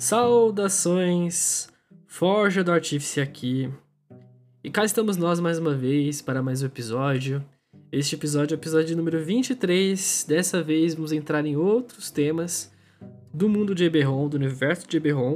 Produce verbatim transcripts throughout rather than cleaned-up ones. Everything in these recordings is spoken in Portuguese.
Saudações, Forja do Artífice aqui, e cá estamos nós mais uma vez para mais um episódio. Este episódio é o episódio número vinte e três, dessa vez vamos entrar em outros temas do mundo de Eberron, do universo de Eberron.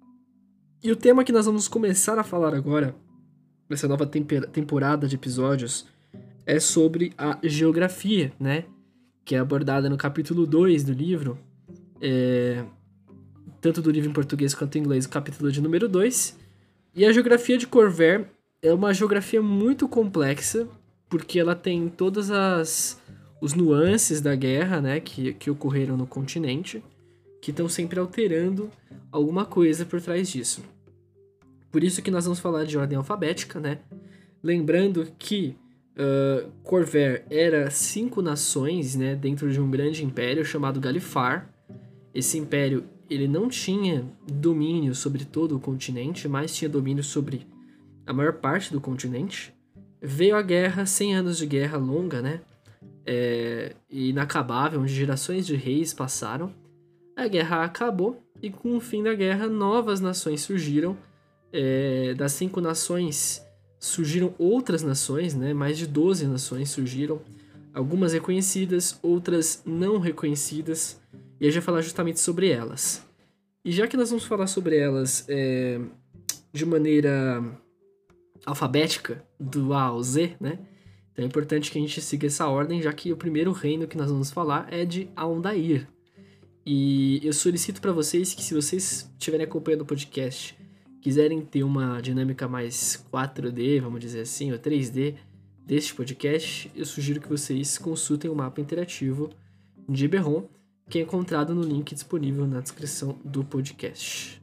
E o tema que nós vamos começar a falar agora, nessa nova temper- temporada de episódios, é sobre a geografia, né? Que é abordada no capítulo dois do livro, é... tanto do livro em português quanto em inglês, o capítulo de número dois. E a geografia de Corvair é uma geografia muito complexa, porque ela tem todas as os nuances da guerra, né, que, que ocorreram no continente, que estão sempre alterando alguma coisa por trás disso. Por isso que nós vamos falar de ordem alfabética, né? Lembrando que uh, Corvair era cinco nações, né, dentro de um grande império chamado Galifar. Esse império ele não tinha domínio sobre todo o continente, mas tinha domínio sobre a maior parte do continente. Veio a guerra, cem anos de guerra longa, né? É, inacabável, onde gerações de reis passaram. A guerra acabou e com o fim da guerra, novas nações surgiram. É, das cinco nações, surgiram outras nações, né? Mais de doze nações surgiram. Algumas reconhecidas, outras não reconhecidas. E a gente vai falar justamente sobre elas. E já que nós vamos falar sobre elas é, de maneira alfabética, do A ao Z, né? Então é importante que a gente siga essa ordem, já que o primeiro reino que nós vamos falar é de Aldair. E eu solicito para vocês que, se vocês estiverem acompanhando o podcast, quiserem ter uma dinâmica mais quatro D, vamos dizer assim, ou três D deste podcast, eu sugiro que vocês consultem o mapa interativo de Eberron, que é encontrado no link disponível na descrição do podcast.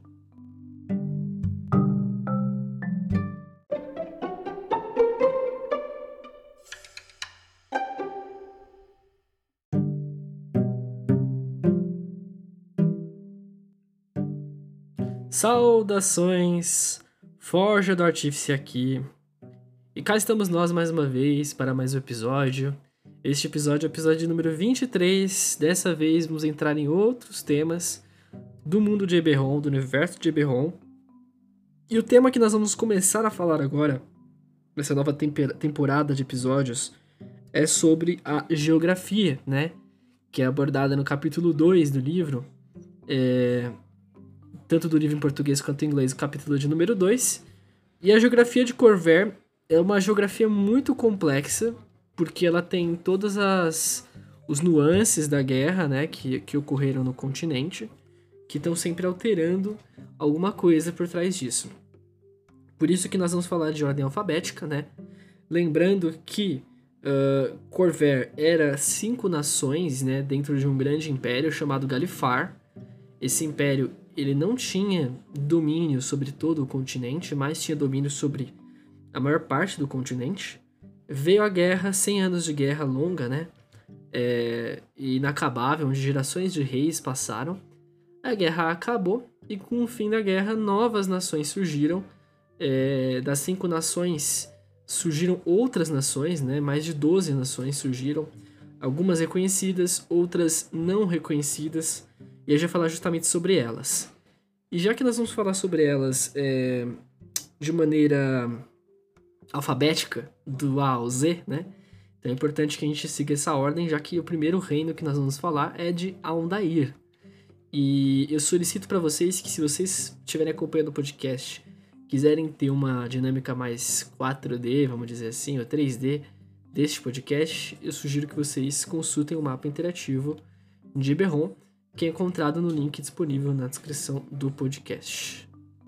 Saudações, Forja do Artífice aqui, e cá estamos nós mais uma vez para mais um episódio. Este episódio é o episódio número vinte e três, dessa vez vamos entrar em outros temas do mundo de Eberron, do universo de Eberron. E o tema que nós vamos começar a falar agora, nessa nova temper- temporada de episódios, é sobre a geografia, né? Que é abordada no capítulo dois do livro, é... tanto do livro em português quanto em inglês, o capítulo de número dois. E a geografia de Corvair é uma geografia muito complexa, porque ela tem todas as os nuances da guerra, né, que, que ocorreram no continente, que estão sempre alterando alguma coisa por trás disso. Por isso que nós vamos falar de ordem alfabética, né? Lembrando que uh, Corvair era cinco nações, né, dentro de um grande império chamado Galifar. Esse império ele não tinha domínio sobre todo o continente, mas tinha domínio sobre a maior parte do continente. Veio a guerra, cem anos de guerra longa, né? É, inacabável, onde gerações de reis passaram. A guerra acabou e com o fim da guerra, novas nações surgiram. É, das cinco nações, surgiram outras nações, né? Mais de doze nações surgiram. Algumas reconhecidas, outras não reconhecidas. E a gente vai falar justamente sobre elas. E já que nós vamos falar sobre elas é, de maneira alfabética, do A ao Z, né? Então é importante que a gente siga essa ordem, já que o primeiro reino que nós vamos falar é de Aldair. E eu solicito para vocês que, se vocês estiverem acompanhando o podcast, quiserem ter uma dinâmica mais quatro D, vamos dizer assim, ou três D deste podcast, eu sugiro que vocês consultem o mapa interativo de Eberron, que é encontrado no link disponível na descrição do podcast.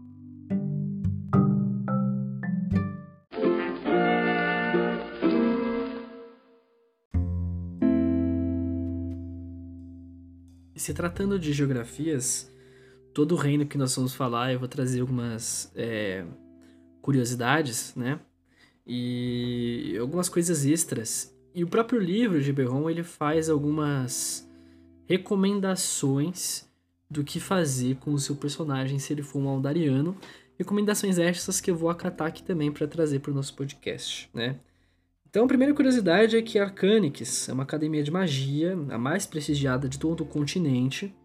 Se tratando de geografias, todo o reino que nós vamos falar, eu vou trazer algumas é, curiosidades, né? E algumas coisas extras. E o próprio livro de Eberron, ele faz algumas recomendações do que fazer com o seu personagem se ele for um Aldariano. Recomendações estas que eu vou acatar aqui também para trazer para o nosso podcast, né? Então, a primeira curiosidade é que Arcanix é uma academia de magia, a mais prestigiada de todo o continente.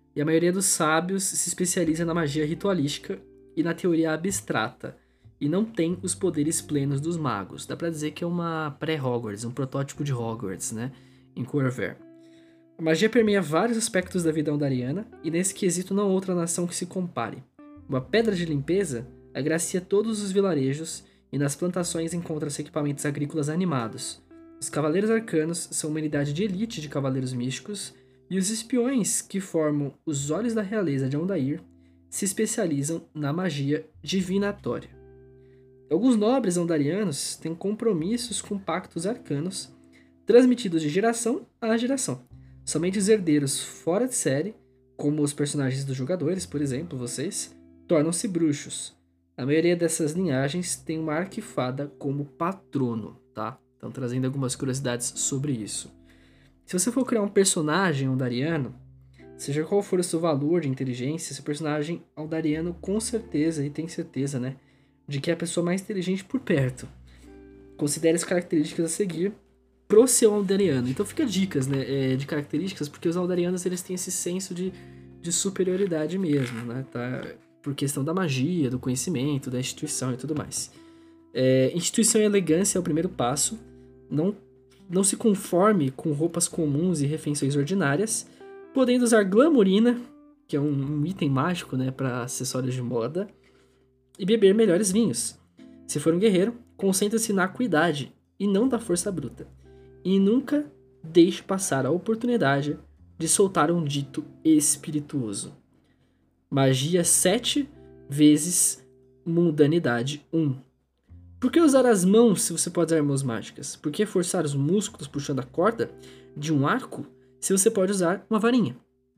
e a maioria dos sábios se especializa na magia ritualística e na teoria abstrata, e não tem os poderes plenos dos magos. Dá pra dizer que é uma pré-Hogwarts, um protótipo de Hogwarts, né, em Corver. A magia permeia vários aspectos da vida ondariana, e nesse quesito não há outra nação que se compare. Uma pedra de limpeza agracia todos os vilarejos, e nas plantações encontram-se equipamentos agrícolas animados. Os Cavaleiros Arcanos são uma unidade de elite de cavaleiros místicos, e os espiões, que formam os Olhos da Realeza de Aldair, se especializam na magia divinatória. Alguns nobres ondarianos têm compromissos com pactos arcanos, transmitidos de geração a geração. Somente os herdeiros fora de série, como os personagens dos jogadores, por exemplo, vocês, tornam-se bruxos. A maioria dessas linhagens tem uma arquifada como patrono, tá? Então, trazendo algumas curiosidades sobre isso. Se você for criar um personagem ondariano, seja qual for o seu valor de inteligência, seu personagem ondariano com certeza, e tem certeza, né, de que é a pessoa mais inteligente por perto. Considere as características a seguir pro seu ondariano. Então fica dicas, né, de características, porque os ondarianos eles têm esse senso de, de superioridade mesmo, né, tá? Por questão da magia, do conhecimento, da instituição e tudo mais. É, instituição e elegância é o primeiro passo. Não, não se conforme com roupas comuns e refeições ordinárias, podendo usar glamourina, que é um, um item mágico, né, para acessórios de moda, e beber melhores vinhos. Se for um guerreiro, concentre-se na acuidade e não da força bruta. E nunca deixe passar a oportunidade de soltar um dito espirituoso. Magia sete vezes mundanidade um. Por que usar as mãos se você pode usar mãos mágicas? Por que forçar os músculos puxando a corda de um arco se você pode usar uma varinha?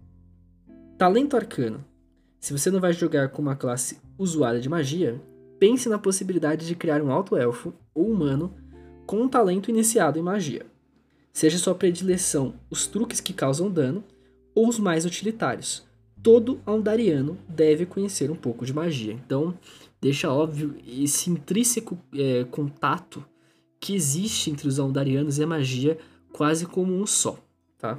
Talento arcano. Se você não vai jogar com uma classe usuária de magia, pense na possibilidade de criar um alto elfo ou humano com um talento iniciado em magia. Seja sua predileção os truques que causam dano ou os mais utilitários. Todo ondariano deve conhecer um pouco de magia. Então, deixa óbvio esse intrínseco é, contato que existe entre os ondarianos e a magia quase como um só, tá?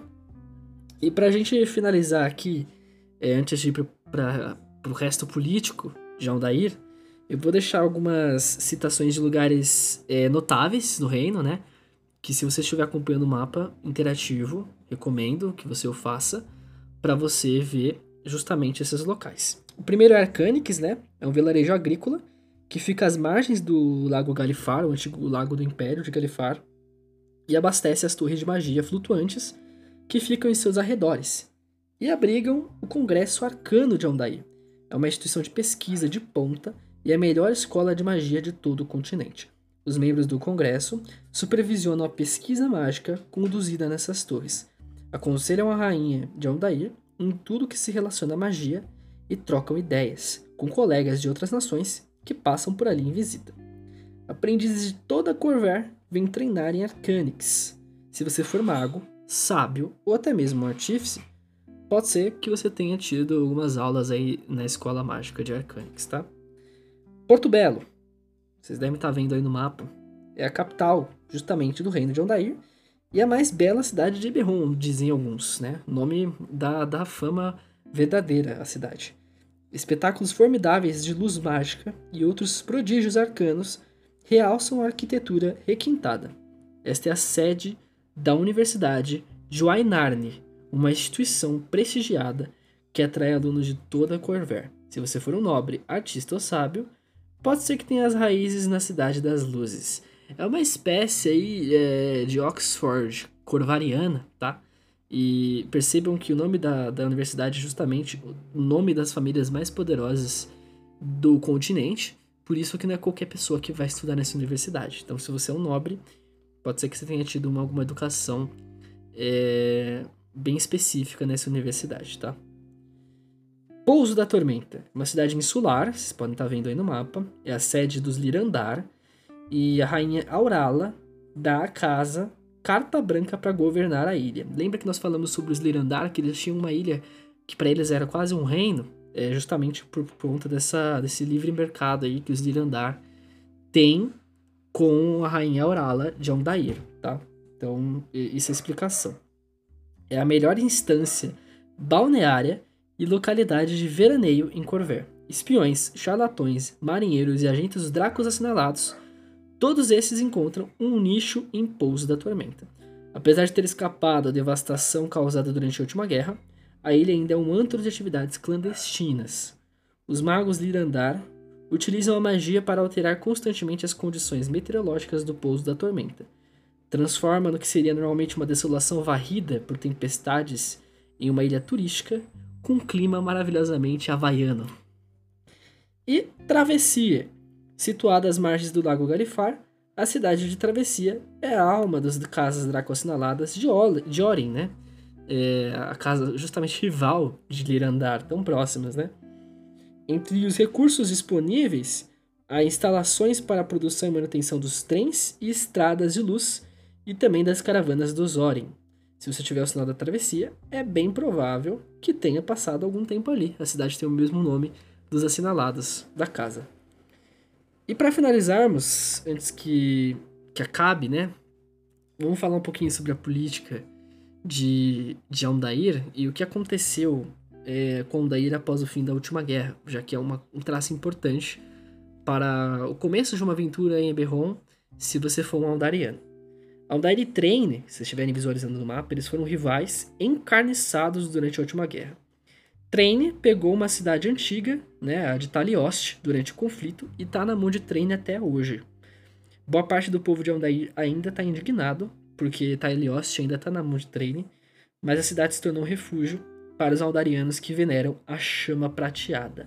E pra gente finalizar aqui, é, antes de ir para o resto político de Aldair, eu vou deixar algumas citações de lugares é, notáveis no reino, né? Que se você estiver acompanhando o mapa interativo, recomendo que você o faça para você ver justamente esses locais. O primeiro é Arcanix, né? É um vilarejo agrícola que fica às margens do Lago Galifar, o antigo lago do Império de Galifar, e abastece as torres de magia flutuantes que ficam em seus arredores e abrigam o Congresso Arcano de Aldair. É uma instituição de pesquisa de ponta e a melhor escola de magia de todo o continente. Os membros do Congresso supervisionam a pesquisa mágica conduzida nessas torres, aconselham a rainha de Aldair em tudo que se relaciona à magia e trocam ideias com colegas de outras nações que passam por ali em visita. Aprendizes de toda Corver vêm treinar em Arcanix. Se você for mago, sábio ou até mesmo um artífice, pode ser que você tenha tido algumas aulas aí na escola mágica de Arcanix, tá? Porto Belo, vocês devem estar vendo aí no mapa, é a capital justamente do reino de Aldair e a mais bela cidade de Eberron, dizem alguns, né? Nome da, da fama verdadeira a cidade. Espetáculos formidáveis de luz mágica e outros prodígios arcanos realçam a arquitetura requintada. Esta é a sede da Universidade de Wainarne, uma instituição prestigiada que atrai alunos de toda a Corver. Se você for um nobre, artista ou sábio, pode ser que tenha as raízes na Cidade das Luzes. É uma espécie aí é, de Oxford corvariana, tá? E percebam que o nome da, da universidade é justamente o nome das famílias mais poderosas do continente, por isso que não é qualquer pessoa que vai estudar nessa universidade. Então, se você é um nobre, pode ser que você tenha tido uma, alguma educação é, bem específica nessa universidade, tá? Pouso da Tormenta, uma cidade insular, vocês podem estar vendo aí no mapa, é a sede dos Lirandar, e a rainha Aurala dá a casa carta branca para governar a ilha. Lembra que nós falamos sobre os Lirandar, que eles tinham uma ilha que para eles era quase um reino? É justamente por conta dessa, desse livre mercado aí que os Lirandar têm com a rainha Aurala de Aldair, tá? Então, isso é a explicação. É a melhor instância balneária e localidade de veraneio em Corver. Espiões, charlatões, marinheiros e agentes dracos assinalados, todos esses encontram um nicho em Pouso da Tormenta. Apesar de ter escapado à devastação causada durante a última guerra, a ilha ainda é um antro de atividades clandestinas. Os magos Lirandar utilizam a magia para alterar constantemente as condições meteorológicas do Pouso da Tormenta. Transforma no que seria normalmente uma desolação varrida por tempestades em uma ilha turística com um clima maravilhosamente havaiano. E Travessia. Situada às margens do Lago Galifar, a cidade de Travessia é a alma das casas draco-assinaladas de, de Orin, né? É a casa justamente rival de Lirandar, tão próximas, né? Entre os recursos disponíveis, há instalações para a produção e manutenção dos trens e estradas de luz e também das caravanas dos Orin. Se você tiver o sinal da Travessia, é bem provável que tenha passado algum tempo ali. A cidade tem o mesmo nome dos assinalados da casa. E para finalizarmos, antes que, que acabe, né? Vamos falar um pouquinho sobre a política de, de Aldair e o que aconteceu é, com Aldair após o fim da última guerra, já que é uma, um traço importante para o começo de uma aventura em Eberron, se você for um Aldariano. Aldair e Traine, se vocês estiverem visualizando no mapa, eles foram rivais encarniçados durante a última guerra. Traine pegou uma cidade antiga, né, a de Taliost, durante o conflito, e está na mão de Traine até hoje. Boa parte do povo de Aldair ainda está indignado, porque Taliost ainda está na mão de Traine, mas a cidade se tornou um refúgio para os Aldarianos que veneram a Chama Prateada.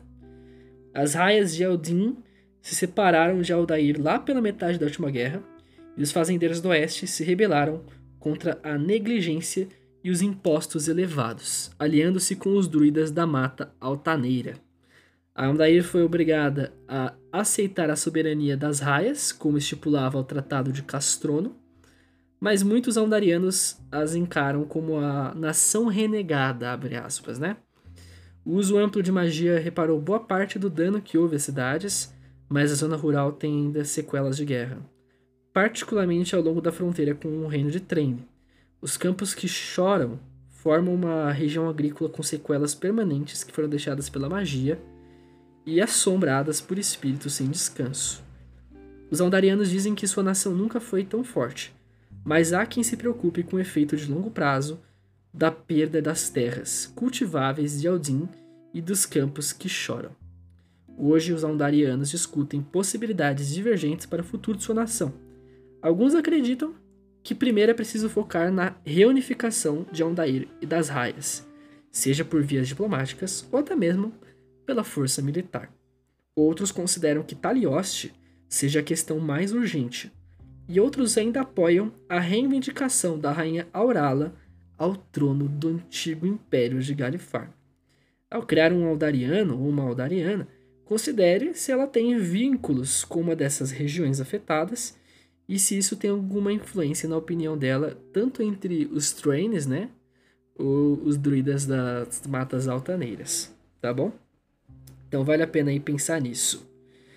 As raias de Eldin se separaram de Aldair lá pela metade da última guerra, e os fazendeiros do oeste se rebelaram contra a negligência e os impostos elevados, aliando-se com os druidas da Mata Altaneira. A Aldair foi obrigada a aceitar a soberania das raias, como estipulava o Tratado de Castrono, mas muitos Aldarianos as encaram como a nação renegada, abre aspas, né? O uso amplo de magia reparou boa parte do dano que houve às cidades, mas a zona rural tem ainda sequelas de guerra, particularmente ao longo da fronteira com o reino de Traine. Os campos que choram formam uma região agrícola com sequelas permanentes que foram deixadas pela magia e assombradas por espíritos sem descanso. Os Aldarianos dizem que sua nação nunca foi tão forte, mas há quem se preocupe com o efeito de longo prazo da perda das terras cultiváveis de Aldin e dos campos que choram. Hoje, os Aldarianos discutem possibilidades divergentes para o futuro de sua nação. Alguns acreditam que primeiro é preciso focar na reunificação de Aldair e das raias, seja por vias diplomáticas ou até mesmo pela força militar. Outros consideram que Taliost seja a questão mais urgente, e outros ainda apoiam a reivindicação da rainha Aurala ao trono do antigo Império de Galifar. Ao criar um Aldariano ou uma Aldariana, considere se ela tem vínculos com uma dessas regiões afetadas e se isso tem alguma influência na opinião dela, tanto entre os Traines, né, ou os druidas das Matas Altaneiras, tá bom? Então vale a pena aí pensar nisso.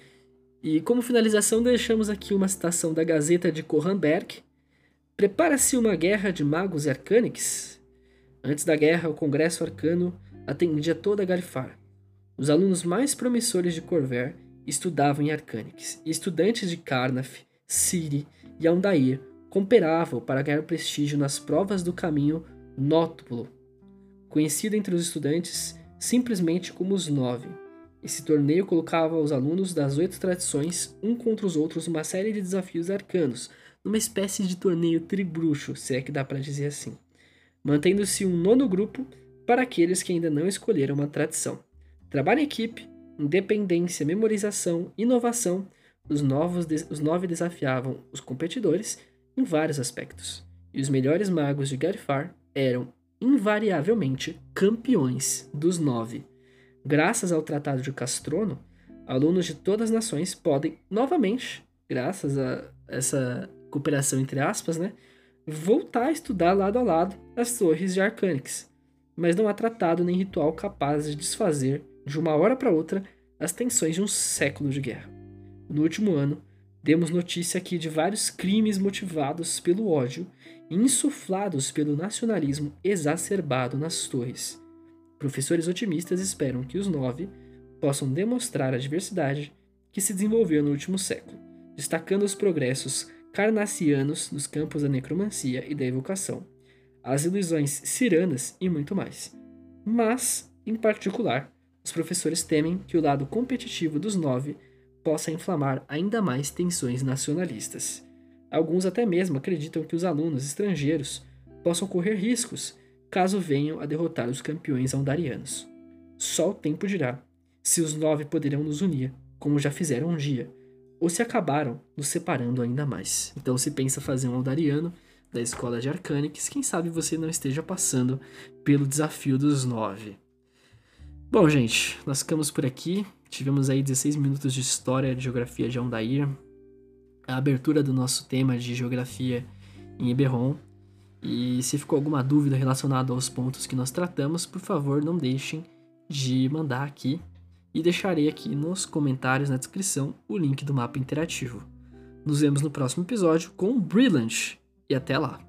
E como finalização, deixamos aqui uma citação da Gazeta de Corranberg. Prepara-se uma guerra de magos e arcanics? Antes da guerra, o Congresso Arcano atendia toda a Galifar. Os alunos mais promissores de Corver estudavam em Arcanics, e estudantes de Carnath, Ciri e Aldair cooperavam para ganhar prestígio nas provas do caminho Nótulo, conhecido entre os estudantes simplesmente como os Nove. Esse torneio colocava os alunos das oito tradições um contra os outros numa série de desafios arcanos, numa espécie de torneio tribruxo, se é que dá para dizer assim, mantendo-se um nono grupo para aqueles que ainda não escolheram uma tradição. Trabalho em equipe, independência, memorização, inovação, os, novos de- os nove desafiavam os competidores em vários aspectos, e os melhores magos de Galifar eram invariavelmente campeões dos nove. Graças ao Tratado de Castrono, alunos de todas as nações podem, novamente, graças a essa cooperação entre aspas, né, voltar a estudar lado a lado as torres de Arcanix, mas não há tratado nem ritual capaz de desfazer, de uma hora para outra, as tensões de um século de guerra. No último ano, demos notícia aqui de vários crimes motivados pelo ódio e insuflados pelo nacionalismo exacerbado nas torres. Professores otimistas esperam que os nove possam demonstrar a diversidade que se desenvolveu no último século, destacando os progressos carnassianos nos campos da necromancia e da evocação, as ilusões ciranas e muito mais. Mas, em particular, os professores temem que o lado competitivo dos nove possa inflamar ainda mais tensões nacionalistas. Alguns até mesmo acreditam que os alunos estrangeiros possam correr riscos caso venham a derrotar os campeões aldarianos. Só o tempo dirá se os nove poderão nos unir, como já fizeram um dia, ou se acabaram nos separando ainda mais. Então, se pensa fazer um aldariano da escola de Arcanix, quem sabe você não esteja passando pelo desafio dos nove. Bom, gente, nós ficamos por aqui. Tivemos aí dezesseis minutos de história de geografia de Aldair, a abertura do nosso tema de geografia em Eberron. E se ficou alguma dúvida relacionada aos pontos que nós tratamos, por favor, não deixem de mandar aqui. E deixarei aqui nos comentários, na descrição, o link do mapa interativo. Nos vemos no próximo episódio com Brilliant. E até lá!